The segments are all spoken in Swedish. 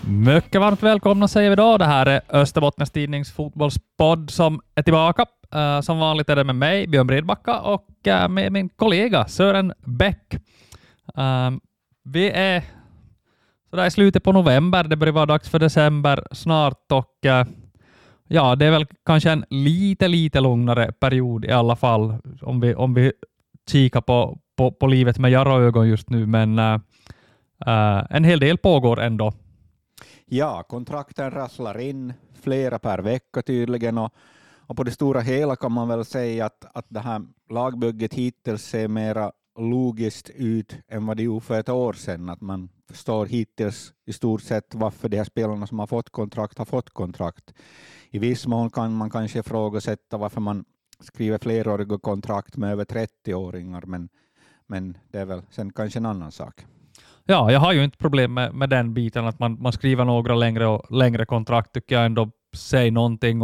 Mycket varmt välkomna säger vi då. Det här är Österbottens Tidnings fotbollspodd som är tillbaka. Som vanligt är det med mig, Björn Bredbacka, och med min kollega Sören Bäck. Vi är sådär i slutet på november. Det börjar vara dags för december snart och ja, det är väl kanske en lite lugnare period i alla fall om vi kikar på livet med Jarro-ögon just nu, men en hel del pågår ändå. Ja, kontrakten rasslar in, flera per vecka tydligen, och på det stora hela kan man väl säga att det här lagbygget hittills ser mera logiskt ut än vad det gjorde för ett år sedan. Att man förstår hittills i stort sett varför de här spelarna som har fått kontrakt. I viss mån kan man kanske ifrågasätta varför man skriver fleråriga kontrakt med över 30-åringar, men det är väl sen kanske en annan sak. Ja, jag har ju inte problem med den biten att man skriver några längre kontrakt, tycker jag ändå säger någonting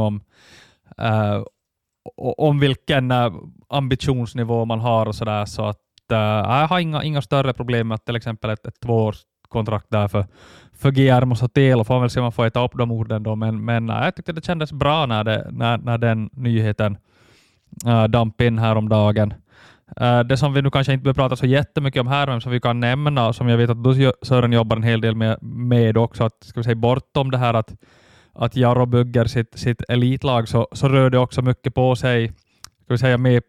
om vilken ambitionsnivå man har och sådär, så att jag har inga större problem med till exempel ett 2-årskontrakt där för Guillermo Sotelo. Får väl se om man får äta upp de orden då, men jag tyckte det kändes bra när den nyheten damp in här om dagen. Det som vi nu kanske inte behöver prata så jättemycket om här, men som vi kan nämna och som jag vet att du, Sören, jobbar en hel del med också, att ska vi säga bortom det här att Jarro bygger sitt elitlag, så rör det också mycket på sig, ska vi säga, med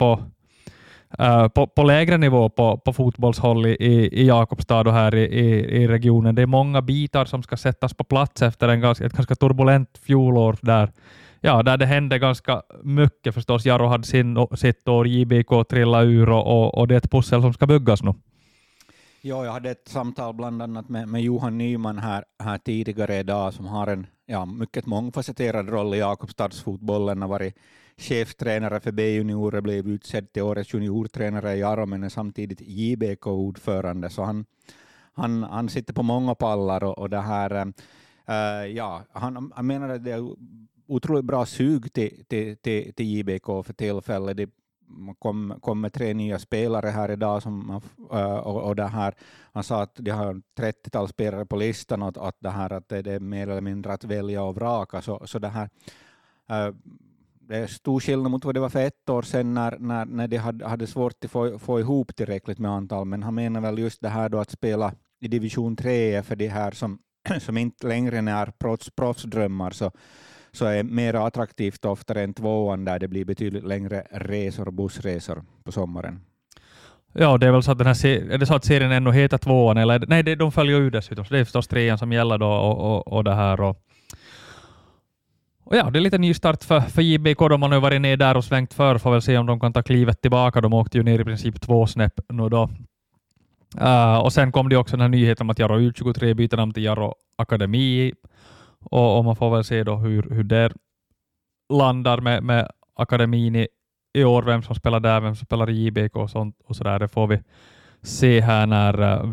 på lägre nivå på fotbollshåll i Jakobstad och här i regionen. Det är många bitar som ska sättas på plats efter ett ganska turbulent fjolår där det hände ganska mycket förstås. Jarro hade sitt år, JBK trilla ur och det är ett pussel som ska byggas nu. Ja, jag hade ett samtal bland annat med Johan Nyman här tidigare idag, som har en mycket mångfacetterad roll i Jakobstadsfotbollen. Har varit cheftränare för B-juniorer, blev utsedd till årets juniortränare i Jarro, men är samtidigt JBK-ordförande, så han sitter på många pallar och det här han menar att det är otroligt bra sug till JBK för tillfället. Det kommer 3 nya spelare här idag och det här, han sa att de har 30-tal spelare på listan och att det är mer eller mindre att välja och vraka, så det här det är stor skillnad mot vad det var för ett år sedan när de hade svårt att få ihop tillräckligt med antal, men han menar väl just det här då att spela i division 3 för de här som inte längre är proffsdrömmar, så är mer attraktivt oftare än 2:an där det blir betydligt längre resor och bussresor på sommaren. Ja, det är väl så att är det så att serien ändå heter 2:an, eller nej, de följer ju dessutom, så det är förstås 3:an som gäller då och det här och ja, det är lite ny start för JBK. De har nu varit ner där och svängt får väl se om de kan ta klivet tillbaka. De åkte ju ner i princip 2 snäpp nu då. Och sen kom det också den här nyheten om att Jarro U23 byter namn till Jarro Akademi. Och man får väl se då hur det landar med akademin i år, vem som spelar där, vem som spelar i JBK och sånt och sådär. Det får vi se här när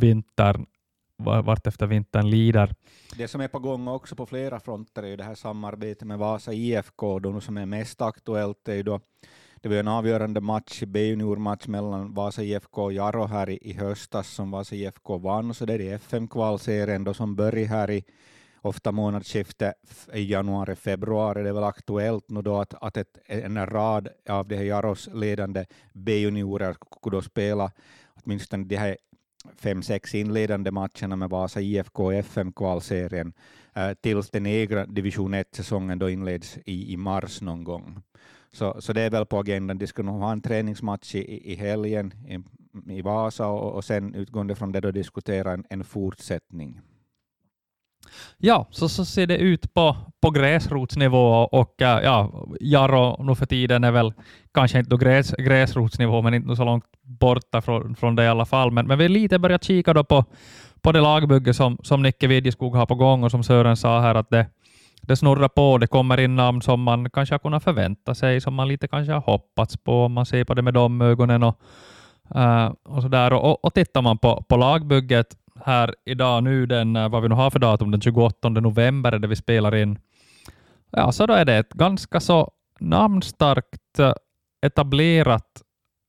vart efter vintern lider. Det som är på gång också på flera fronter är ju det här samarbetet med Vasa IFK, då som är mest aktuellt är ju då det var en avgörande match, B-junior-match mellan Vasa IFK och Jarro här i höstas som Vasa IFK vann, så det är det FM-kvalserien då som börjar här i ofta månadsskifte i januari-februari. Det är väl aktuellt nu då att en rad av de här Jarros ledande B-juniorer skulle då spela åtminstone de här 5-6 inledande matcherna med Vasa IFK och FM-kvalserien tills den egna division 1-säsongen då inleds i mars någon gång. Så det är väl på agendan. De ska nog ha en träningsmatch i helgen i Vasa och sen utgående från det då diskutera en fortsättning. Ja, så ser det ut på gräsrotsnivå och Jarro nu för tiden är väl kanske inte gräsrotsnivå, men inte så långt borta från det i alla fall. Men vi lite börjat kika då på det lagbygge som Nicke Vidjeskog har på gång, och som Sören sa här att det snurrar på, det kommer in namn som man kanske har kunnat förvänta sig, som man lite kanske har hoppats på om man ser på det med de ögonen och sådär. Och tittar man på lagbygget här idag nu, vad vi nu har för datum, den 28 november där vi spelar in. Ja, så då är det ett ganska så namnstarkt etablerat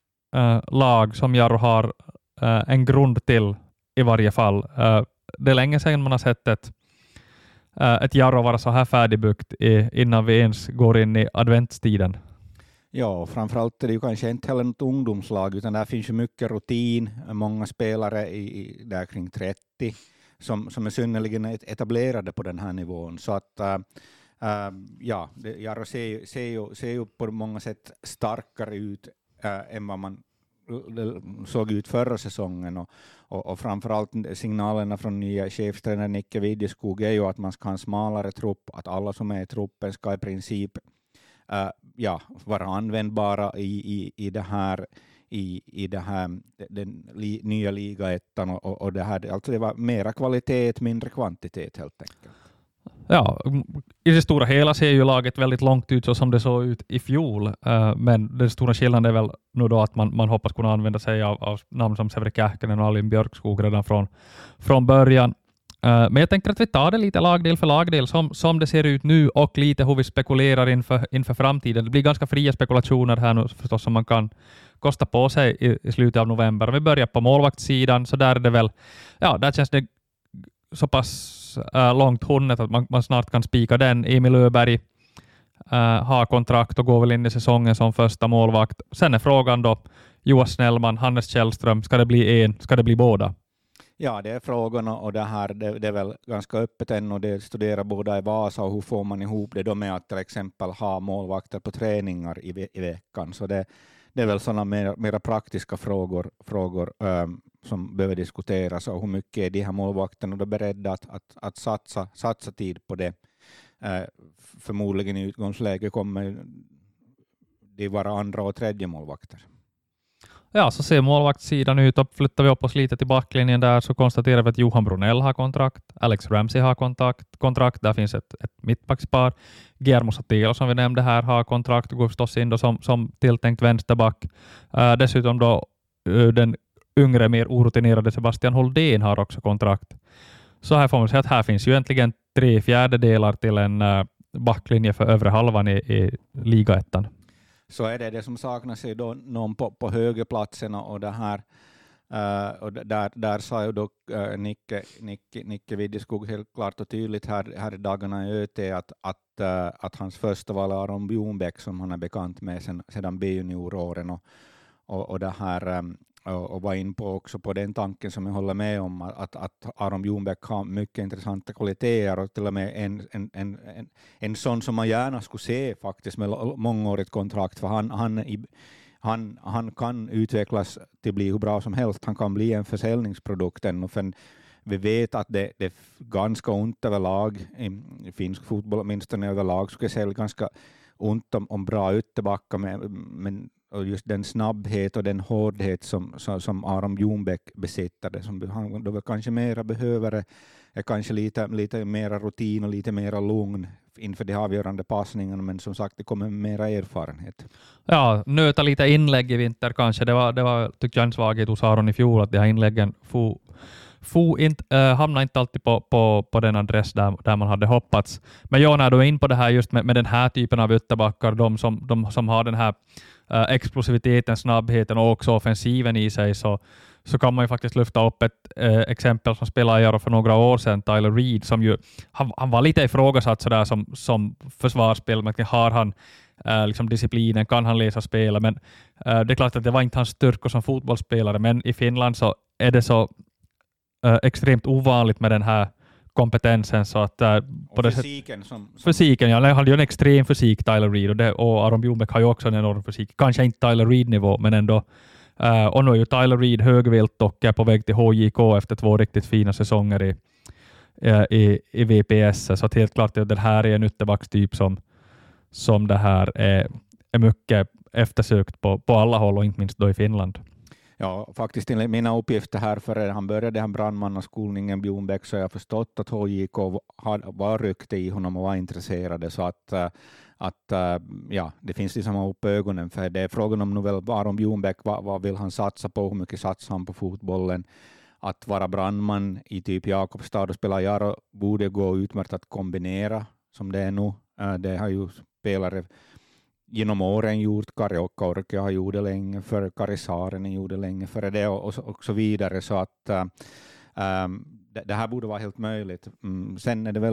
lag som Jarro har en grund till i varje fall. Det är länge sedan man har sett ett Jarro vara så här färdigbyggt innan vi ens går in i adventstiden? Ja, framförallt är det ju kanske inte heller något ungdomslag, utan där finns ju mycket rutin, många spelare där kring 30 som är synnerligen etablerade på den här nivån. Så att Jarro ser ju på många sätt starkare ut än vad man såg ut förra säsongen, och framförallt signalerna från nya chefstränaren Nicke Videskog är ju att man ska ha en smalare trupp, att alla som är i truppen ska i princip vara användbara i den nya ligaettan, och det här, alltså det var mera kvalitet, mindre kvantitet helt enkelt. Ja, i det stora hela ser ju laget väldigt långt ut så som det såg ut i fjol, men den stora skillnaden är väl nu då att man hoppas kunna använda sig av namn som Severi Kähkönen och Alvin Björkskog redan från början. Men jag tänker att vi tar det lite lagdel för lagdel som det ser ut nu, och lite hur vi spekulerar inför framtiden. Det blir ganska fria spekulationer här nu förstås som man kan kosta på sig i slutet av november. Om vi börjar på målvaktssidan, så där är det väl, där känns det så pass långt hunnet att man snart kan spika den. Emil Öberg har kontrakt och går väl in i säsongen som första målvakt. Sen är frågan då Johan Snellman, Hannes Källström, ska det bli en, ska det bli båda? Ja, det är frågorna, och det är väl ganska öppet än, och det studerar båda i Vasa, och hur får man ihop det då med att till exempel ha målvakter på träningar i veckan. Så det är väl sådana mera praktiska frågor som behöver diskuteras, och hur mycket är de här målvakterna då beredda att satsa tid på det. Förmodligen i utgångsläge kommer det vara andra och tredje målvakter. Ja, så ser målvaktssidan ut, och flyttar vi upp oss lite till backlinjen där, så konstaterar vi att Johan Brunell har kontrakt, Alex Ramsey har kontrakt, där finns ett mittbackspar. Guillermo Sotelo som vi nämnde här har kontrakt och går förstås in då som tilltänkt vänsterback. Dessutom då den yngre, mer orutinerade Sebastian Holdén har också kontrakt. Så här får man säga att här finns ju egentligen 3/4 till en backlinje för övre halvan i ligaettan. Så är det som saknas är då någon på högerplatserna, och det här och där sa ju då Nicke Videskog helt klart och tydligt här i dagarna i ÖT att hans första val är Aron Bjornbäck, som han är bekant med sedan B-junioråren, och det här och var in på också på den tanken som jag håller med om, att Aron Bjornbäck har mycket intressanta kvaliteter, och till och med en sån som man gärna skulle se faktiskt med mångårigt kontrakt, för han kan utvecklas till bli hur bra som helst. Han kan bli en försäljningsprodukt ännu, för vi vet att det är ganska ont överlag i finsk fotboll, åtminstone överlag skulle jag säga ganska ont om bra ytterbackar, men och just den snabbhet och den hårdhet som Aron Bjornbäck besitter, som han då kanske mera behöver, är kanske lite mera rutin och lite mera lugn inför de avgörande passningarna, men som sagt det kommer mera erfarenhet. Ja, nöta lite inlägg i vinter kanske. Det var tycker jag en svaghet hos Aron i fjol, att de här inläggen hamnar inte alltid på den adress där man hade hoppats. Men när du är in på det här just med den här typen av ytterbackar, de som har den här explosiviteten, snabbheten och också offensiven i sig, så kan man ju faktiskt lyfta upp ett exempel som spelade i Jarro för några år sedan, Tyler Reed, som ju han var lite ifrågasatt sådär som försvarsspel, men har han liksom disciplinen, kan han läsa spelet, men det är klart att det var inte hans styrkor som fotbollsspelare, men i Finland så är det så extremt ovanligt med den här kompetensen, så att på det fysiken, han hade ju en extrem fysik, Tyler Reed, och Aron Bjornbäck har ju också en enorm fysik, kanske inte Tyler Reed-nivå, men ändå. Och nu är ju Tyler Reed högvilt och är på väg till HJK efter 2 riktigt fina säsonger i VPS, så att helt klart att den här är en ytterbackstyp som det här är mycket eftersökt på alla håll, och inte minst då i Finland. Ja, faktiskt enligt mina uppgifter här före han började den här brandmannaskolningen Bjornbäck, så jag har förstått att HJK var ryckte i honom och var intresserade, så att det finns liksom upp ögonen, för det är frågan om nu väl Aron Bjornbäck, vad vill han satsa på, hur mycket satsar han på fotbollen. Att vara brandman i typ Jakobstad och spela Jarro borde gå utmärkt att kombinera som det är nu. Det har ju spelare genom åren gjort, Kari Okkaurki har gjort det länge, för Kari Saarinen gjorde det länge före det, och så vidare, så att det här borde vara helt möjligt. Sen är det väl,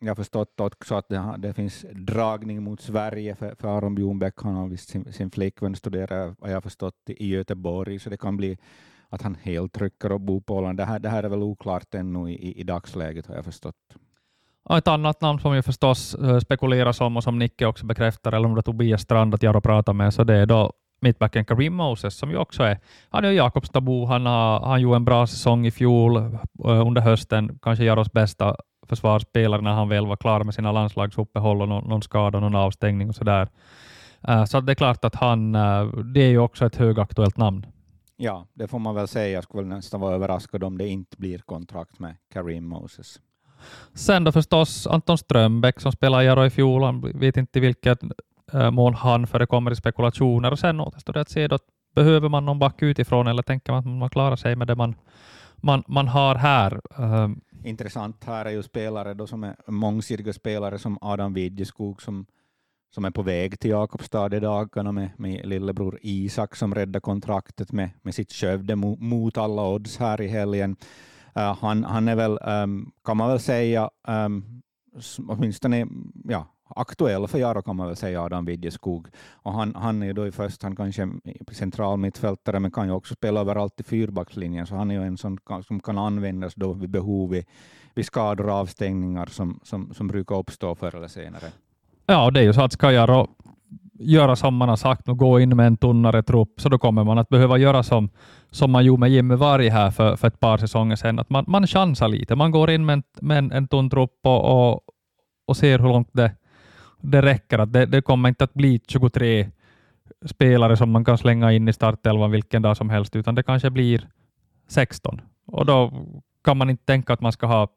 jag har förstått också att det finns dragning mot Sverige för Aron Bjornbäck. Han har visst sin flickvän studerar, vad jag har förstått, i Göteborg, så det kan bli att han helt trycker och bor på Åland. Det här är väl oklart ännu i dagsläget, har jag förstått. Och ett annat namn som ju förstås spekuleras om och som Nicke också bekräftar, eller om det är Tobias Strand att jag pratar med, så det är då mittbacken Karim Moses som ju också är, han är ju Jakobstabo, han gjorde en bra säsong i fjol under hösten, kanske Jaros bästa försvarsspelare när han väl var klar med sina landslagsuppehåll och någon skada, någon avstängning och sådär. Så det är klart att det är ju också ett högaktuellt namn. Ja, det får man väl säga. Jag skulle nästan vara överraskad om det inte blir kontrakt med Karim Moses. Sen då förstås Anton Strömbäck som spelade Jaro i fjol. Han vet inte vilket mån han förekommer i spekulationer. Och sen återstår det att se då, behöver man någon back utifrån eller tänker man att man klarar sig med det man har här. Intressant här är ju spelare då som är mångsidiga spelare som Adam Widjeskog som är på väg till Jakobstad i dagarna med lillebror Isak som räddar kontraktet med sitt Skövde mot alla odds här i helgen. Han är väl, kan man väl säga, åtminstone aktuell för Jaro kan man väl säga, Adam Widjeskog. Och han är ju då i första hand kanske central mittfältare, men kan ju också spela överallt i fyrbackslinjen, så han är ju en sån som kan användas då vid behov vid skador och avstängningar som brukar uppstå förr eller senare. Ja, det är ju så att ska Jaro göra som man har sagt och gå in med en tunnare trupp, så då kommer man att behöva göra som man gjorde med Jimmy Varg här för ett par säsonger sedan, att man chansar lite. Man går in med en tunn trupp och ser hur långt det räcker. Att det kommer inte att bli 23 spelare som man kan slänga in i startelvan vilken dag som helst, utan det kanske blir 16. Och då kan man inte tänka att man ska ha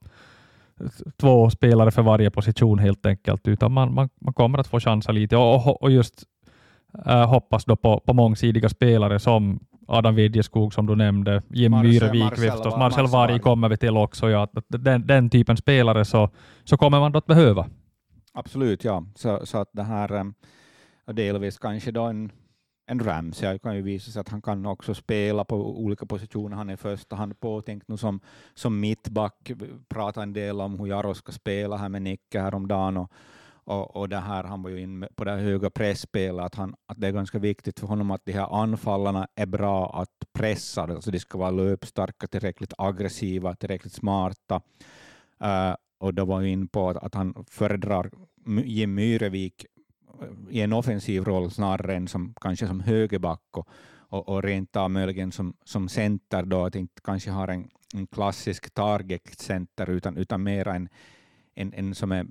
2 spelare för varje position helt enkelt, utan man kommer att få chansa lite och just hoppas då på mångsidiga spelare som Adam Widjeskog som du nämnde, Jim Myrevik, Marcel Varg kommer vi till också. Ja, den typen spelare så kommer man då att behöva. Absolut, ja. Så att det här delvis kanske då en Ramsey kan ju visa sig att han kan också spela på olika positioner. Han är första hand påtänkt nu som mittback. Pratar en del om hur Jaro ska spela här med Nicke häromdagen och det här, han var ju in på det höga pressspelet, att det är ganska viktigt för honom att de här anfallarna är bra att pressa, alltså de ska vara löpstarka, tillräckligt aggressiva, tillräckligt smarta. Och då var ju in på att han föredrar Jim Myrevik i en offensiv roll snarare än kanske som högerback och rent av möjligen som center då, att inte kanske har en klassisk target-center utan mer en som är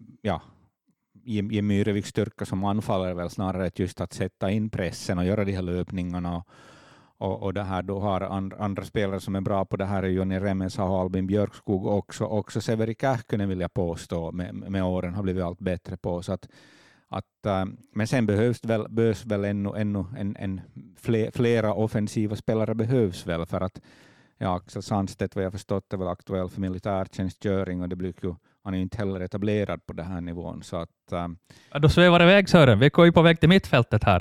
Jim Myreviks styrka som anfaller väl snarare just att sätta in pressen och göra de här löpningarna och det här då har andra spelare som är bra på det här är Joni Remesa och Albin Björkskog också Severi Kähkönen vill jag påstå med åren har blivit allt bättre på, så att men sen behövs väl ännu flera offensiva spelare behövs väl för att Axel Sandstedt vad jag förstått är väl aktuell för militärtjänstgöring och det blir ju, han är ju inte heller etablerad på den här nivån, så att då svävar iväg Sören, vi går ju på väg till mittfältet här.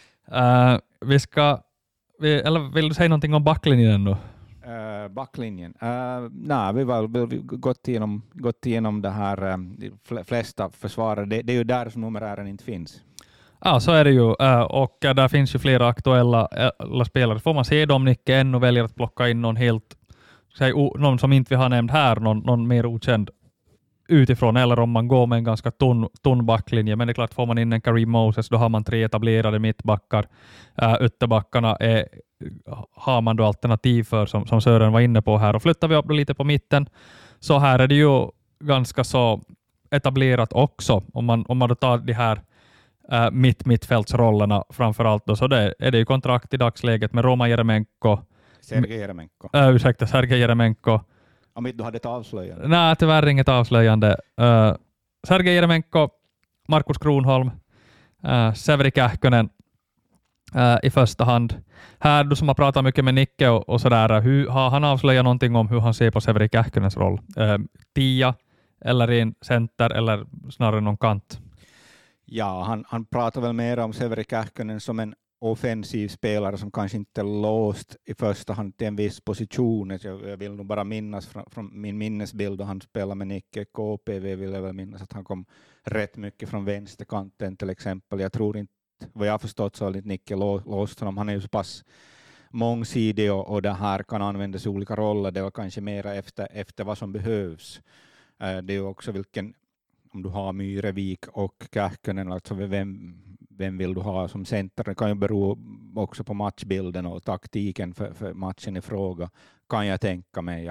Eller vill du säga någonting om backlinjen nu? Backlinjen? Nej, vi har gått igenom det här flesta försvarare. Det är ju där som numerären inte finns. Ja, så är det ju. Och där finns ju flera aktuella spelare. Får man se dem, Nicke ännu väljer att plocka in någon som inte vi har nämnt här, någon mer okänd utifrån, eller om man går med en ganska tunn backlinje. Men det är klart, får man in en Karim Moses, då har man 3 etablerade mittbackar. Ytterbackarna har man då alternativ för, som Sören var inne på här. Och flyttar vi upp lite på mitten, så här är det ju ganska så etablerat också. Om man då tar de här mittfältsrollerna framförallt, då, så är det ju kontrakt i dagsläget med Roman Jeremenko. Sergej Jeremenko. Om inte du hade ett avslöjande? Nej, tyvärr inget avslöjande. Sergej Jeremenko, Markus Kronholm, Severi Kähkönen i första hand. Här, du som har pratat mycket med Nicke och sådär, har han avslöjat någonting om hur han ser på Severi Kähkönens roll? 10 eller en center eller snarare någon kant? Ja, han pratar väl mer om Severi Kähkönen som en offensiv spelare som kanske inte är låst i första hand till en viss position. Jag vill nog bara minnas från min minnesbild då han spelade med Nicke KPV, vill jag väl minnas att han kom rätt mycket från vänsterkanten till exempel. Jag tror inte, vad jag har förstått så har inte Nicke låst honom. Han är ju så pass mångsidig och det här kan användas i olika roller. Det var kanske mera efter vad som behövs. Det är också vilken, om du har Myrevik och Kähkönen, alltså vem vill du ha som center? Det kan ju bero också på matchbilden och taktiken för matchen i fråga, kan jag tänka mig.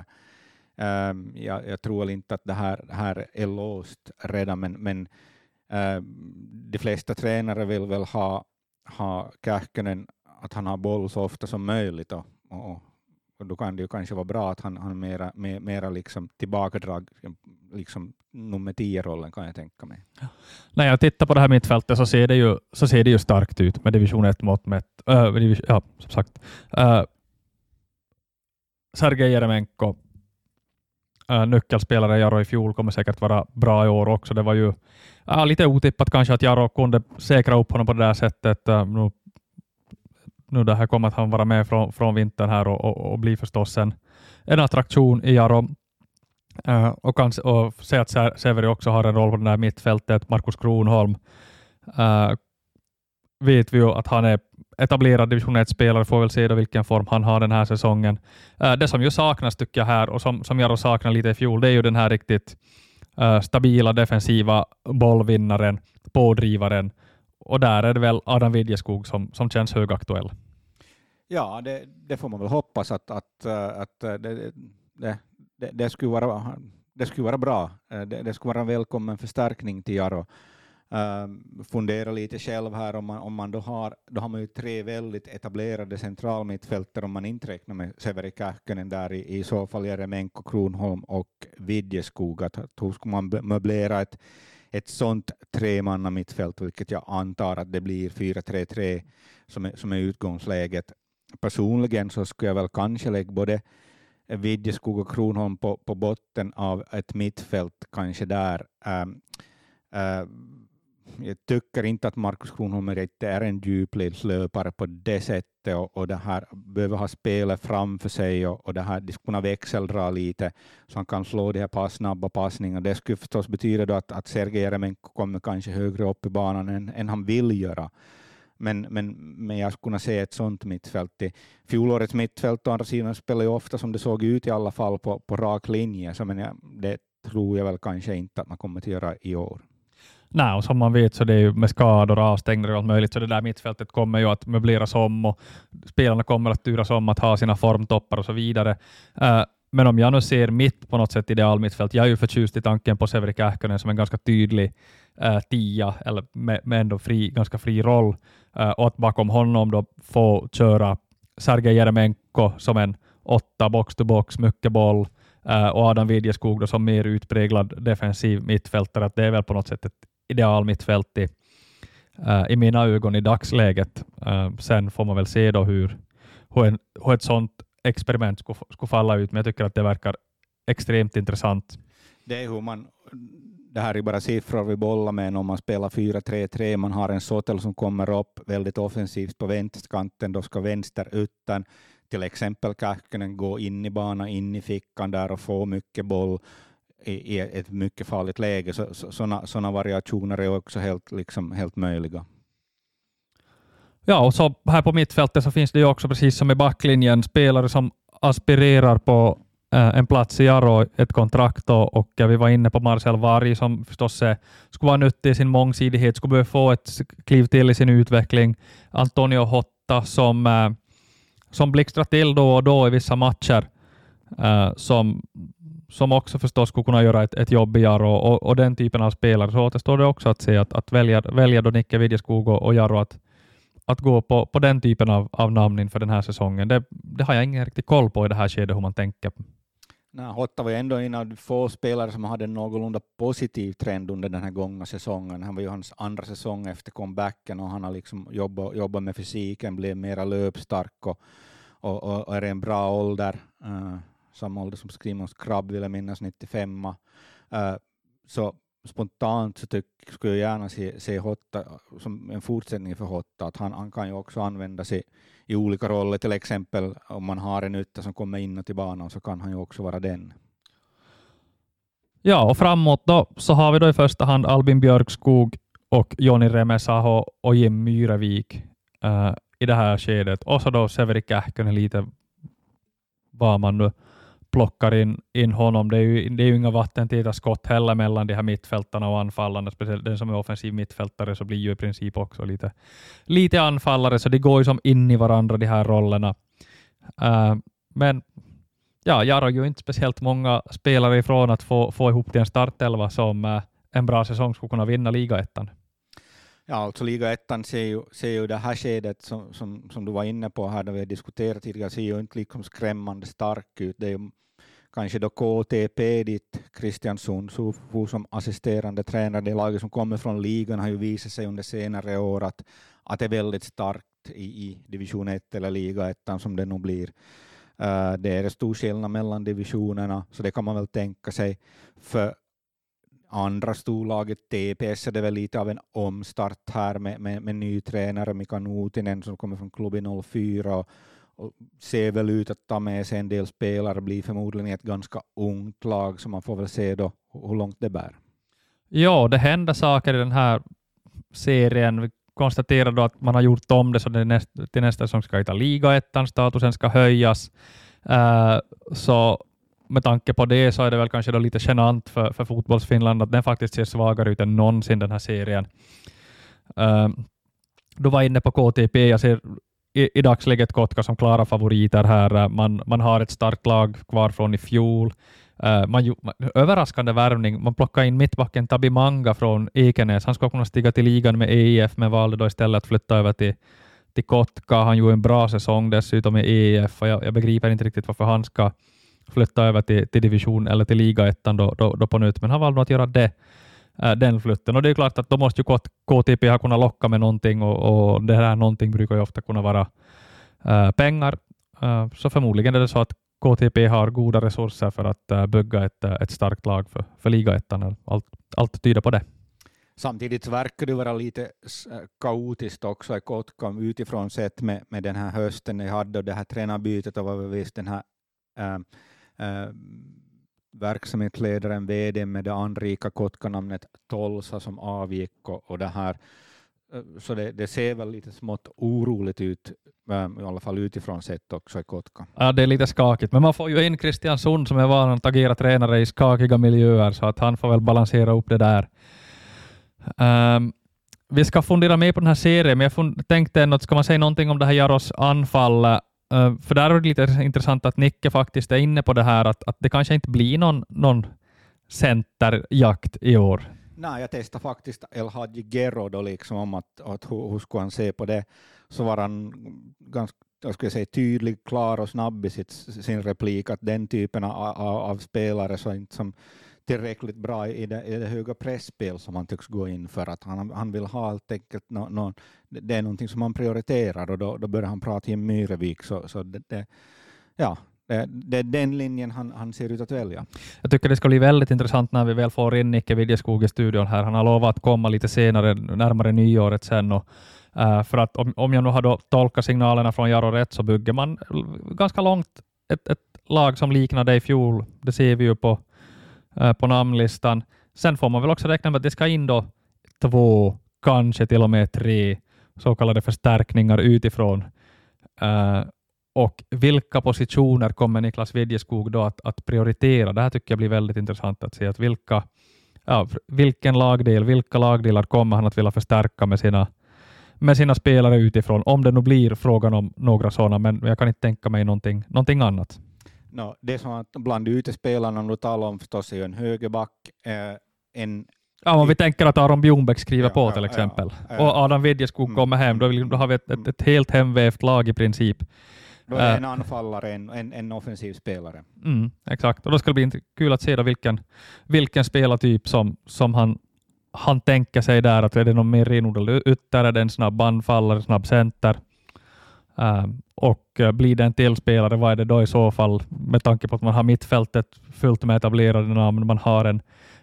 Jag tror inte att det här är låst redan, men de flesta tränare vill väl ha Kähkönen att han har boll så ofta som möjligt, och då kan det ju kanske vara bra att han mera liksom tillbakadrag, liksom nummer 10-rollen, kan jag tänka mig. När jag tittar på det här mittfältet så ser det ju starkt ut med division 1 mått mätt. Som sagt. Sergej Jeremenko, nyckelspelare i Jaro i fjol, kommer säkert vara bra i år också. Det var ju lite otippat kanske att Jaro kunde säkra upp honom på det där sättet. Nu det här kommer att han vara med från vintern här och bli förstås en attraktion i Jaro. Och se att Severi också har en roll på det där mittfältet. Markus Kronholm vet vi ju att han är etablerad division 1-spelare, får väl se då vilken form han har den här säsongen. Det som ju saknas tycker jag här, och som Jaro saknar lite i fjol, det är ju den här riktigt stabila defensiva bollvinnaren, pådrivaren. Och där är det väl Adam Vidjeskog som känns högaktuell. Ja, det får man väl hoppas att det skulle vara bra. Det skulle vara en välkommen förstärkning till Jaro. Fundera lite själv här om man då har man ju 3 väldigt etablerade centralmittfältare, om man inte räknar med Severi Kähkönen där i så fall Jeremenko, Kronholm och Vidjeskog. Att hur ska man möblera ett sånt 3-manna mittfält, vilket jag antar att det blir 4-3-3 som är utgångsläget. Personligen så skulle jag väl kanske lägga både Vidjeskog och Kronholm på botten av ett mittfält kanske där. Jag tycker inte att Markus Kronholm är en djupledslöpare på det sättet, och det här behöver ha spelet framför sig, och det här, de ska kunna växeldra lite så han kan slå de här snabba passningar. Det skulle förstås betyda då att Sergej Jeremenko kommer kanske högre upp i banan än han vill göra. Men jag skulle kunna se ett sånt mittfält. Fjolårets mittfält å andra sidan spelar ju ofta som det såg ut i alla fall på rak linje, så det tror jag väl kanske inte att man kommer att göra i år. Nej, och som man vet så det är ju med skador, avstängningar och allt möjligt, så det där mittfältet kommer ju att möbleras om och spelarna kommer att turas om att ha sina formtoppar och så vidare. Men om jag nu ser mitt på något sätt ideal mittfält, jag är ju förtjust i tanken på Severi Kähkönen som en ganska tydlig 10 eller med ändå ganska fri roll, och att bakom honom då få köra Sergej Jeremenko som en 8 box-to-box, mycket boll, och Adam Vidjeskog då som mer utpräglad defensiv mittfältare. Att det är väl på något sätt ett ideal mittfält i mina ögon i dagsläget. Sen får man väl se då hur ett sånt experiment skulle falla ut, men jag tycker att det verkar extremt intressant. Det är det här är bara siffror vi bollar med om man spelar 4-3-3. Man har en Sotel som kommer upp väldigt offensivt på vänsterkanten, då ska vänster utan till exempel Kähkönen gå in i banan, in i fickan där och få mycket boll i ett mycket farligt läge. Sådana variationer är också helt möjliga. Ja, och så här på mittfältet så finns det ju också, precis som i backlinjen, spelare som aspirerar på en plats i Jaro, ett kontrakt, och vi var inne på Marcel Varg som förstås skulle vara nyttig i sin mångsidighet, skulle behöva få ett kliv till i sin utveckling. Antonio Hotta som blixtrar till då och då i vissa matcher, som också förstås skulle kunna göra ett jobb i Jaro, och den typen av spelare. Så återstår det också att se att välja då Nicke Vidjeskog och Jaro att gå på den typen av namn inför den här säsongen. Det har jag ingen riktigt koll på i det här skedet hur man tänker. Hotta var ändå en av de få spelare som hade en någorlunda positiv trend under den här gångna säsongen. Han var ju hans andra säsong efter comebacken, och han har liksom jobbat med fysiken, blev mera löpstark och är en bra ålder. Samma ålder som Skrimons Krabb, vill jag minnas, 95. Så spontant så skulle jag gärna se Hotta som en fortsättning för Hotta, att han kan ju också använda sig i olika roller, till exempel om man har en ytter som kommer in till banan så kan han ju också vara den. Ja, och framåt då så har vi då i första hand Albin Björkskog och Joni Remesaho och Jim Myrevik i det här skedet. Och så då Severi Kähkönen lite vad man nu plockar in honom. Det är ju inga vattentäta skott heller mellan de här mittfältarna och anfallarna. Speciellt den som är offensiv mittfältare så blir ju i princip också lite anfallare, så det går ju som in i varandra de här rollerna. Men ja, jag har ju inte speciellt många spelare ifrån att få ihop till en startelva som en bra säsong skulle kunna vinna ligaettan. Ja, alltså ligaettan ser ju det här skedet som du var inne på här, där vi diskuterat tidigare, ser ju inte liksom skrämmande stark ut. Det är ju kanske då KTP dit Christian Sundso som assisterande tränare. Det laget som kommer från ligan har ju visat sig under senare år att det är väldigt starkt i division 1 eller ligaettan som det nog blir. Det är en stor skillnad mellan divisionerna, så det kan man väl tänka sig. För andra storlaget TPS är det väl lite av en omstart här med ny tränare Mika Nuutinen som kommer från klubben 04 och ser väl ut att ta med sig en del spelare, blir förmodligen ett ganska ungt lag, så man får väl se då hur långt det bär. Ja, det händer saker i den här serien. Vi konstaterar då att man har gjort om det så det till nästa säsong ska ta ligaettan, statusen ska höjas. Så med tanke på det så är det väl kanske då lite genant för fotbollsfinland att den faktiskt ser svagare ut än någonsin den här serien. Du var inne på KTP, jag ser i dagsläget Kotka som klara favoriter här. Man har ett starkt lag kvar från i fjol. Överraskande värvning. Man plockar in mittbacken Tabi Manga från Ekenäs. Han ska kunna stiga till ligan med EIF, men valde då istället att flytta över till Kotka. Han gjorde en bra säsong dessutom med EIF och jag begriper inte riktigt varför han ska flytta över till division eller till ligaettan då på nytt, men han valde att göra den flytten. Och det är klart att då måste ju KTP ha kunnat locka med någonting och det här någonting brukar ju ofta kunna vara pengar. Så förmodligen är det så att KTP har goda resurser för att bygga ett starkt lag för ligaettan. Allt tyder på det. Samtidigt verkar det vara lite kaotiskt också i Kotka utifrån sett med den här hösten ni hade och det här tränarbytet och vad vi visst den här verksamhetsledaren, vd med det anrika Kotka-namnet Tolsa som avgick och det här. Så det ser väl lite smått oroligt ut, i alla fall utifrån sett också i Kotka. Ja, det är lite skakigt, men man får ju in Christian Sund som är van att agera tränare i skakiga miljöer, så att han får väl balansera upp det där. Vi ska fundera mer på den här serien, men jag tänkte ändå att ska man säga någonting om det här Jaros anfall. För där är det lite intressant att Nicke faktiskt är inne på det här att det kanske inte blir någon centerjakt i år. Nej, jag testade faktiskt El Hadji Gero då liksom om att hur skulle han se på det, så var han ganska, jag skulle säga, tydlig, klar och snabb i sin replik att den typen av spelare så inte som tillräckligt bra i det höga pressspel som han tycks gå in för, att han vill ha helt enkelt det är någonting som han prioriterar, och då börjar han prata i Myrevik, så det är den linjen han ser ut att välja. Jag tycker det ska bli väldigt intressant när vi väl får in Nicke Vidjeskog i studion här. Han har lovat att komma lite senare, närmare nyåret sen. Och, för att om jag nu har då tolkat signalerna från Jaro rätt så bygger man ganska långt ett lag som liknade i fjol. Det ser vi ju på namnlistan. Sen får man väl också räkna med att det ska in då 2, kanske till och med 3 så kallade förstärkningar utifrån. Och vilka positioner kommer Niklas Vidjeskog då att prioritera? Det här tycker jag blir väldigt intressant att se. Att vilka lagdelar kommer han att vilja förstärka med sina spelare utifrån? Om det nu blir frågan om några sådana, men jag kan inte tänka mig någonting annat. No, det som att bland utespelarna nu talar om förstås är ju en högerback. Om vi tänker att Aron Bjornbäck skriver på till exempel. Och Adam Vidjeskog kommer hem. Då har vi ett helt hemvävt lag i princip. Då är en anfallare en offensiv spelare. Exakt. Och då ska det bli kul att se då vilken spelartyp som han tänker sig där. Att är det någon mer renodlad ytter, är det en snabb anfallare, snabb center. Och blir det en till spelare, vad är det då i så fall, med tanke på att man har mittfältet fullt med etablerade namn, man har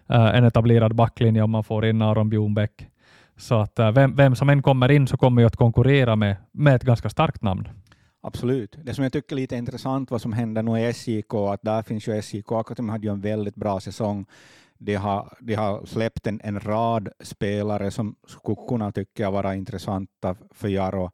en etablerad backlinje om man får in Aron Bjornbäck. Så att vem som än kommer in så kommer ju att konkurrera med ett ganska starkt namn. Absolut. Det som jag tycker är lite intressant vad som händer nu i SJK, att där finns ju SJK Akademi hade ju en väldigt bra säsong. De har släppt en rad spelare som skulle kunna tycka vara intressanta för Jaro.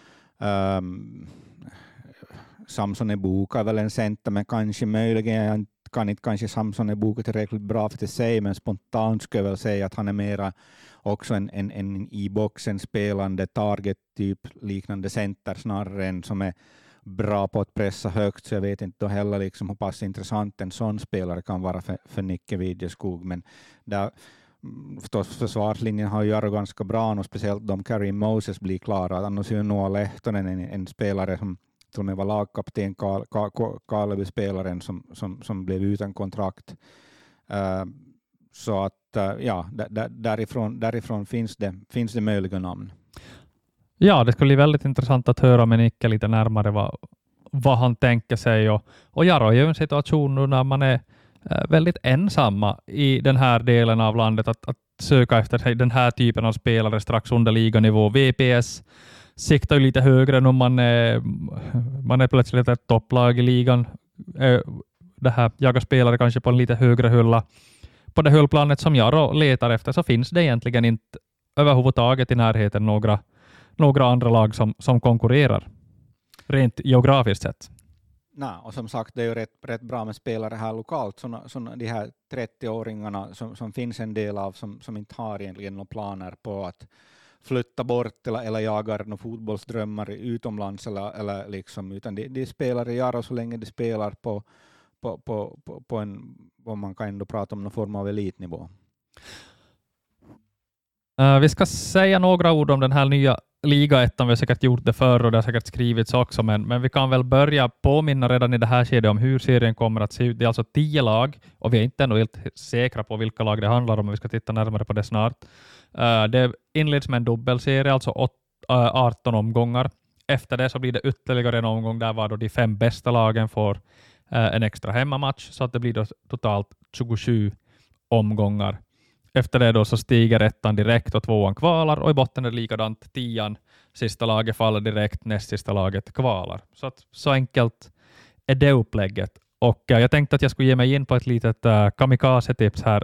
Samson Ebuka är väl en center, men kanske möjligen kan inte kanske Samson Ebuka tillräckligt bra för att säga, men spontant skulle jag väl säga att han är mera också en i boxen spelande target-typ liknande center snarare än som är bra på att pressa högt, så jag vet inte då heller liksom hur pass intressant en sån spelare kan vara för Nicke Widjeskog. Men där, förstås försvarslinjen har ju gjort ganska bra, och speciellt om Karim Moses blir klara. Annars är ju Noah Lehtonen en spelare som till och med var lagkapten, Karleby-spelaren som blev utan kontrakt. Så att ja, därifrån finns det möjliga namn. Ja, det skulle bli väldigt intressant att höra med Nicke lite närmare vad han tänker sig. Och Jaro är ju en situation nu när man är väldigt ensamma i den här delen av landet att söka efter den här typen av spelare strax under liganivå. VPS siktar ju lite högre när man är plötsligt ett topplag i ligan. Det här jagar spelare kanske på en lite högre hylla. På det höllplanet som Jaro letar efter så finns det egentligen inte överhuvudtaget i närheten några andra lag som konkurrerar rent geografiskt sett. Nej, och som sagt det är ju rätt bra med spelare här lokalt, såna de här 30-åringarna som finns en del av som inte har egentligen några planer på att flytta bort eller jagar några fotbollsdrömmar utomlands eller liksom, utan de spelar i Jaro så länge de spelar på en, vad man kan ändå prata om någon form av elitnivå. Vi ska säga några ord om den här nya ligaettan. Vi har säkert gjort det förr och det har säkert skrivits också, men vi kan väl börja påminna redan i det här skedet om hur serien kommer att se ut. Det är alltså 10 lag och vi är inte ännu helt säkra på vilka lag det handlar om, men vi ska titta närmare på det snart. Det inleds med en dubbelserie, alltså 18 omgångar. Efter det så blir det ytterligare en omgång där var då de 5 bästa lagen får en extra hemmamatch, så att det blir då totalt 27 omgångar. Efter det då så stiger ettan direkt och 2:an kvalar, och i botten är det likadant. 10:an, sista laget faller direkt, näst sista laget kvalar. Så enkelt är det upplägget. Och jag tänkte att jag skulle ge mig in på ett litet kamikaze-tips här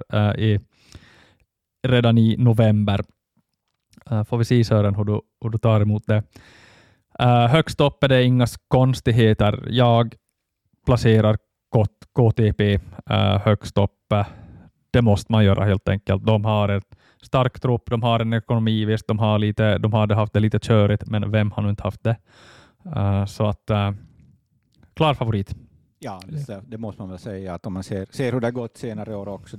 redan i november. Får vi se, Sören, hur du tar emot det. Högst upp är det inga konstigheter. Jag placerar KTP högst upp. Det måste man göra helt enkelt. De har ett stark trupp, de har en ekonomi, visst, de hade haft det lite körigt, men vem har nu inte haft det? Så att klar favorit. Ja, det måste man väl säga, att om man ser hur det har gått senare år också.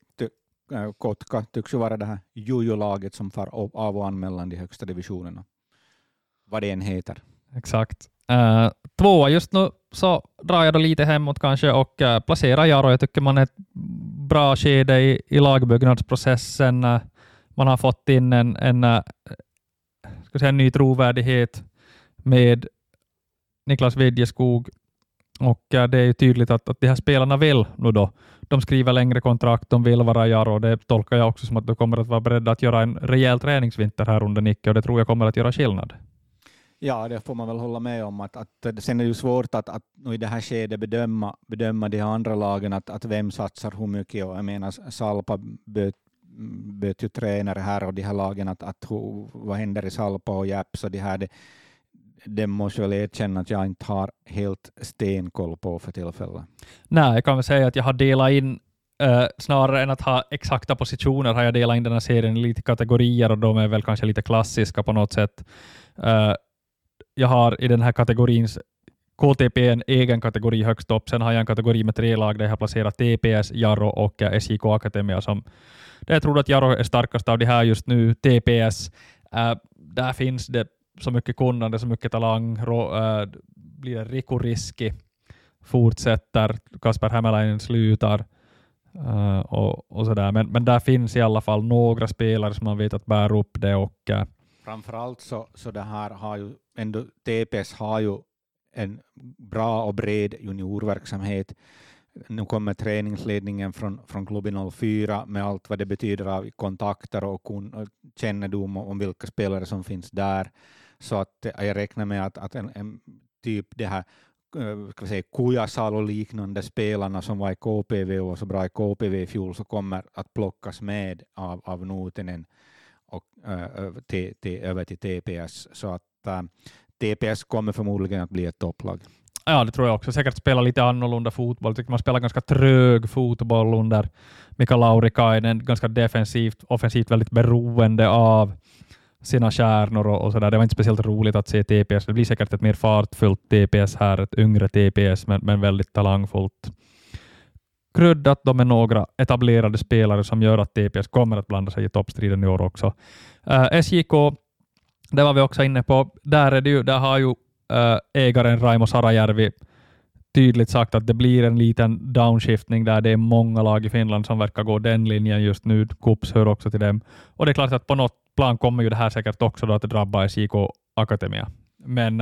Kotka tycks ju vara det här jojo-laget som far av och an mellan de högsta divisionerna. Vad det än heter. Exakt. 2 just nu så drar jag då lite hemåt kanske och placerar Jaro. Jag tycker man är ett bra skede i lagbyggnadsprocessen. Man har fått in en ny trovärdighet med Niklas Widjeskog, och det är ju tydligt att de här spelarna vill nu då. De skriver längre kontrakt, de vill vara Jaro. Det tolkar jag också som att de kommer att vara beredda att göra en rejäl träningsvinter här under Nicke, och det tror jag kommer att göra skillnad. Ja, det får man väl hålla med om. Att sen är det ju svårt att i det här skedet bedöma de andra lagen, att vem satsar hur mycket. Och jag menar, Salpa böt ju tränare här, och de här lagen, vad händer i Salpa och Japs och det måste jag väl erkänna att jag inte har helt stenkoll på för tillfället. Nej, jag kan väl säga att jag har delat in snarare än att ha exakta positioner har jag delat in den här serien i lite kategorier, och de är väl kanske lite klassiska på något sätt. Jag har i den här kategorin KTP en egen kategori högst upp. Sen har jag en kategori med 3 lag där jag har placerat TPS, Jaro och SJK Akademia. Jag tror att Jaro är starkast av det här just nu. TPS, där finns det så mycket kunnande, så mycket talang. Blir det Riku Riski fortsätter, Kasper Hämäläinen slutar och sådär. Men där finns i alla fall några spelare som man vet att bär upp det. Och framförallt så det här har ju ändå, TPS har ju en bra och bred juniorverksamhet. nu kommer träningsledningen från klubben 04 med allt vad det betyder av kontakter och kännedom om vilka spelare som finns där. Så att jag räknar med att en typ det här ska vi säga, Kujasalo liknande spelarna som var i KPV och så bra i KPV i fjol så kommer att plockas med av Nutinen och över till TPS. Så att TPS kommer förmodligen att bli ett topplag. Ja, det tror jag också. Säkert spela lite annorlunda fotboll. Jag tycker man spelar ganska trög fotboll under Mika Laurikainen. Ganska defensivt, offensivt väldigt beroende av sina kärnor och sådär. Det var inte speciellt roligt att se TPS. Det blir säkert ett mer fartfullt TPS här, ett yngre TPS, men väldigt talangfullt. Kryddat de med några etablerade spelare som gör att TPS kommer att blanda sig i toppstriden i år också. SJK, det var vi också inne på. Där har ju ägaren Raimo Sarajärvi tydligt sagt att det blir en liten downskiftning där det är många lag i Finland som verkar gå den linjen just nu. KuPS hör också till dem. Och det är klart att på något plan kommer ju det här säkert också då att det drabbar SJK Akademia. Men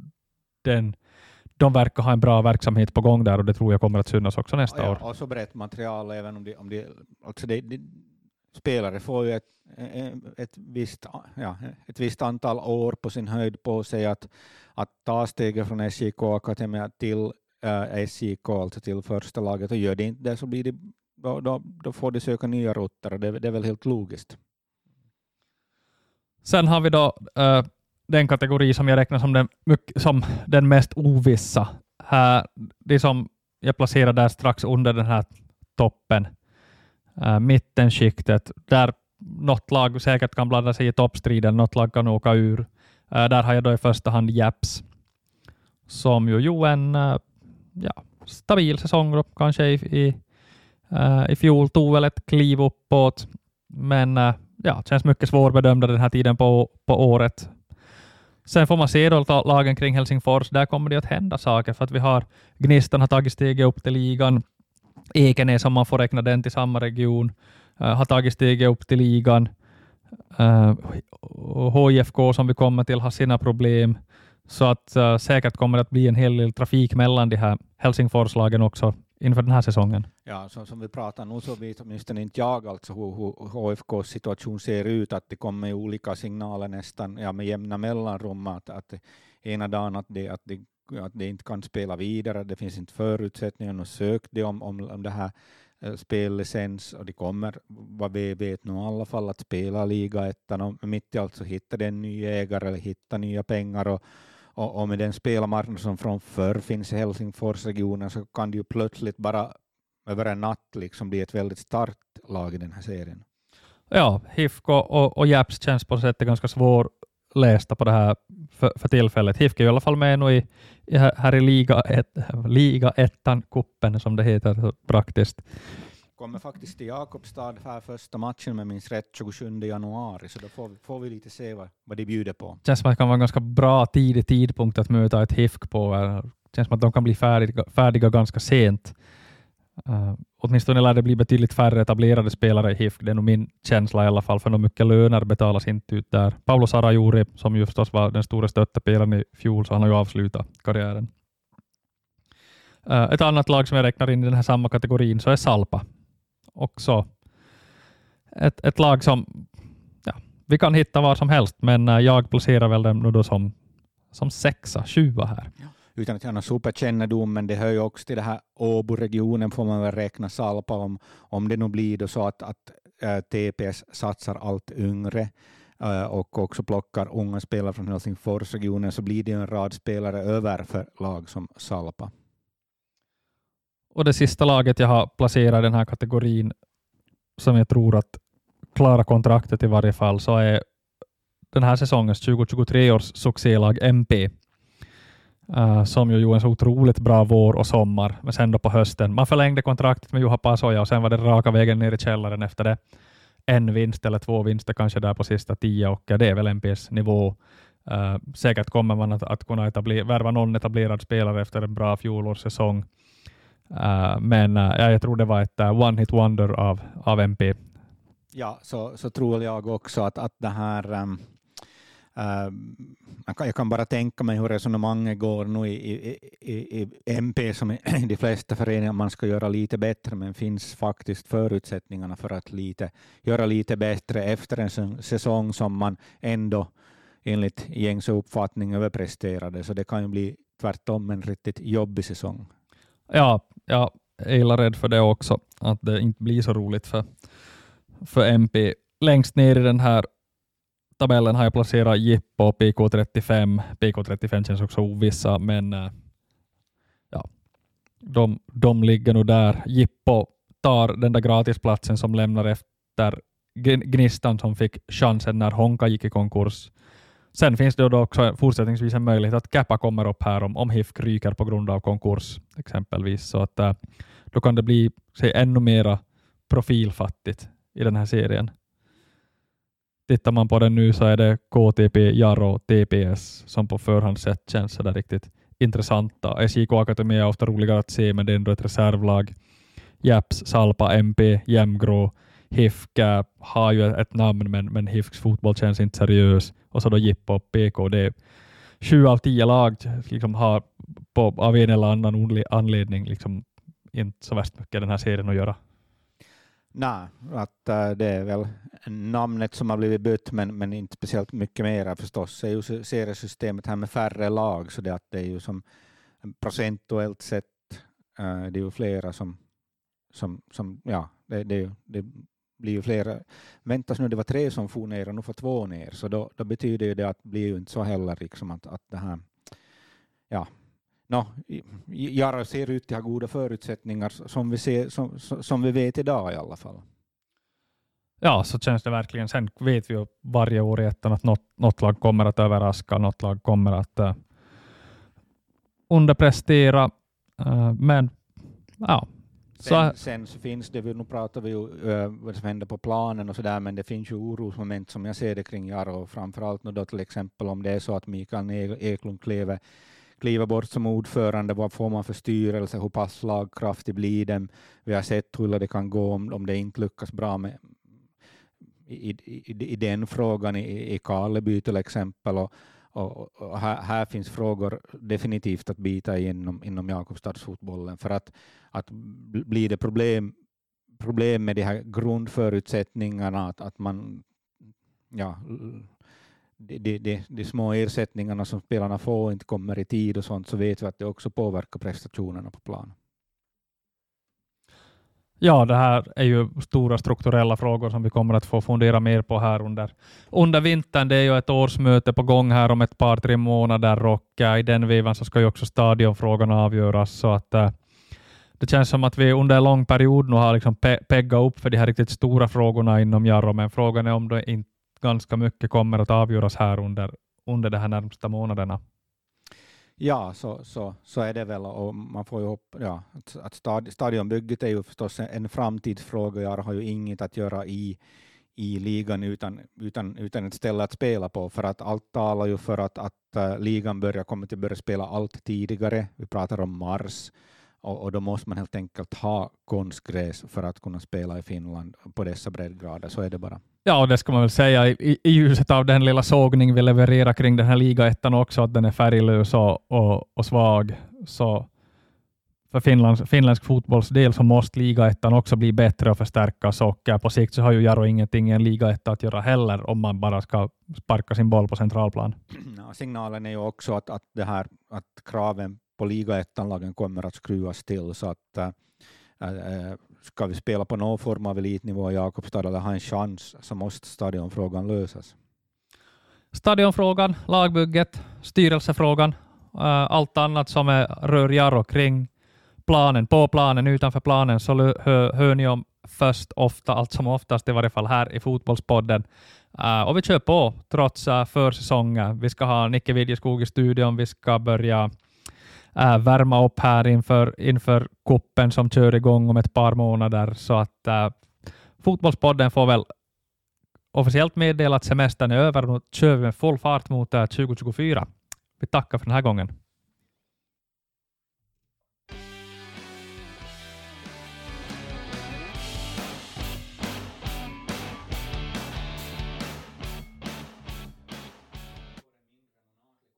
de verkar ha en bra verksamhet på gång där och det tror jag kommer att synas också nästa år. Och så brett material även om det alltså spelare får ju ett visst antal år på sin höjd på sig att ta steget från SJK Akademia till SJK, alltså till första laget, och gör det inte det så blir det, då får de söka nya rutter och det är väl helt logiskt. Sen har vi då den kategori som jag räknar som den mest ovissa. Det som jag placerar där strax under den här toppen. Mittenskiktet. Där något lag säkert kan blanda sig i toppstriden. Något lag kan åka ur. Där har jag då i första hand Japs. Som ju gjorde en stabil säsong då, kanske i fjol tog väl ett kliv uppåt. Men känns mycket svårbedömda den här tiden på året. Sen får man se då lagen kring Helsingfors. Där kommer det att hända saker för att vi har Gnistan har tagit steget upp till ligan. Ekenäs, om man får räkna den till samma region, har tagit steget upp till ligan. HIFK som vi kommer till har sina problem. Så att säkert kommer det att bli en hel del trafik mellan de här Helsingforslagen också inför den här säsongen. Ja, som vi pratar nu så vet åtminstone inte jag alltså hur HFKs situation ser ut, att det kommer olika signaler nästan med jämna mellanrum att ena dagen att det inte kan spela vidare, det finns inte förutsättningar, och sökt det om det här spellicens och det kommer, vad vi vet nu i alla fall, att spela ligaettan och mitt i allt så hittar det en ny ägare eller hittar nya pengar och med den spelarmarknad som från förr finns i Helsingforsregionen så kan det ju plötsligt bara över en natt liksom bli ett väldigt starkt lag i den här serien. Ja, HIFK och Japs känns på något sätt ganska svårlästa på det här för tillfället. HIFK är i alla fall med nu här i Liga ettan-kuppen som det heter praktiskt. Kommer faktiskt till Jakobstad här första matchen med minst rätt 27 januari, så då får vi lite se vad de bjuder på. Det känns som att det kan vara en ganska bra tidig tidpunkt att möta ett HIFK på. Det känns som att de kan bli färdiga ganska sent. Åtminstone lär det bli betydligt färre etablerade spelare i HIFK. Det är nog min känsla i alla fall, för mycket löner betalas inte ut där. Paolo Sarajuri, som ju förstås var den stora stöttepelaren i fjol, så han har ju avslutat karriären. Ett annat lag som jag räknar in i den här samma kategorin så är Salpa. Också ett lag som vi kan hitta var som helst, men jag placerar väl dem nu då som 6-7 här. Ja. Utan att jag har superkännedom, men det hör ju också till det här Åbo-regionen får man väl räkna Salpa om det nu blir då så att TPS satsar allt yngre och också plockar unga spelare från Helsingforsregionen, så blir det en rad spelare över för lag som Salpa. Och det sista laget jag har placerat i den här kategorin som jag tror att klarar kontraktet i varje fall, så är den här säsongens 2023 års succélag MP. Som ju gjorde en så otroligt bra vår och sommar, men sen då på hösten. Man förlängde kontraktet med Juha Pasoja och sen var det raka vägen ner i källaren efter det. En vinst eller 2 vinster kanske där på sista 10, och det är väl MPs nivå. Säkert kommer man att kunna värva någon etablerad spelare efter en bra fjolårssäsong. Men jag tror det var ett one-hit wonder av MP. Ja, så tror jag också att det här Jag kan bara tänka mig hur resonemanget går nu i MP som i de flesta föreningar. Man ska göra lite bättre, men finns faktiskt förutsättningarna för att göra lite bättre efter en säsong som man ändå enligt gängse uppfattning överpresterade. Så det kan ju bli tvärtom en riktigt jobbig säsong. Ja, jag är illa rädd för det också. Att det inte blir så roligt för MP. Längst ner i den här tabellen har jag placerat Jippo och PK35. PK35 känns också ovissa, men ja, de ligger nog där. Jippo tar den där gratisplatsen som lämnar efter Gnistan som fick chansen när Honka gick i konkurs. Sen finns det då också fortsättningsvis en möjlighet att Käppa kommer upp här om HIFK ryker på grund av konkurs exempelvis. Så att då kan det bli ännu mera profilfattigt i den här serien. Tittar man på den nu så är det KTP, Jaro, TPS som på förhand sett känns så där riktigt intressanta. SJK Akademi är ofta roligare att se, men det är ändå ett reservlag. Japs, Salpa, MP, Jämgrå, HIFK har ju ett namn, men HIFKs fotboll känns inte seriös. Och så då Jippo och PK. Det är 7 av 10 lag liksom har av en eller annan anledning liksom inte så värst mycket den här serien att göra. Nej, att det är väl namnet som har blivit bytt, men inte speciellt mycket mer förstås. Det är ju seriesystemet här med färre lag, så det är ju som procentuellt sett det är ju flera som ja, det blir ju flera. Väntas nu, det var 3 som får ner och nu får 2 ner, så då betyder ju det att det blir ju inte så heller liksom att det här, ja. Jaro ser ut att ha goda förutsättningar som vi vet idag i alla fall. Ja, så känns det verkligen. Sen vet vi ju varje år i ettan att något lag kommer att överraska, något lag kommer att underprestera. Men ja. Sen så finns det, nu pratar vi ju vad som händer på planen och sådär, men det finns ju orosmoment som jag ser det kring Jaro, framförallt nu då till exempel om det är så att Mikael Eklund kliva bort som ordförande, vad får man för styrelse, hur pass slagkraftig blir den? Vi har sett hur det kan gå om det inte lyckas bra med i den frågan i Karleby till exempel, och här finns frågor definitivt att bita inom Jakobstadsfotbollen, för att blir det problem med de här grundförutsättningarna, att man de små ersättningarna som spelarna får inte kommer i tid och sånt, så vet vi att det också påverkar prestationerna på plan. Ja, det här är ju stora strukturella frågor som vi kommer att få fundera mer på här under vintern. Det är ju ett årsmöte på gång här om ett par 3 månader, och i den vevan så ska ju också stadionfrågan avgöras, så att det känns som att vi under en lång period nu har liksom peggat upp för de här riktigt stora frågorna inom Jaro, men frågan är om det inte ganska mycket kommer att avgöras här under de här närmsta månaderna. Ja, så är det väl, och man får ju att stadionbygget är ju förstås en framtidsfråga. Jag har ju inget att göra i ligan utan ett ställe att spela på, för att allt talar ju för att ligan kommer att börja spela allt tidigare. Vi pratar om mars, och då måste man helt enkelt ha konstgräs för att kunna spela i Finland på dessa breddgrader. Så är det bara. Ja, och det ska man väl säga i ljuset av den lilla sågning vi levererar kring den här ligaettan också, att den är färglös och svag. Så för finländsk fotbollsdel så måste ligaettan också bli bättre och förstärkas, och på sikt så har ju Jaro ingenting i en ligaetta att göra heller om man bara ska sparka sin boll på centralplan. Ja, signalen är ju också att kraven på ligaettanlagen kommer att skruvas till, så att ska vi spela på någon form av elitnivå i Jakobstad eller ha en chans, så måste stadionfrågan lösas. Stadionfrågan, lagbygget, styrelsefrågan, allt annat som rör Jaro kring planen, på planen, utanför planen, så hör ni om först ofta, allt som oftast i varje fall här i Fotbollspodden. Och vi kör på trots försäsongen. Vi ska ha Nicke Vidjeskog i studion, vi ska börja värma upp här inför kuppen som kör igång om ett par månader, så att Fotbollspodden får väl officiellt meddela att semestern är över och nu kör vi med full fart mot 2024. Vi tackar för den här gången.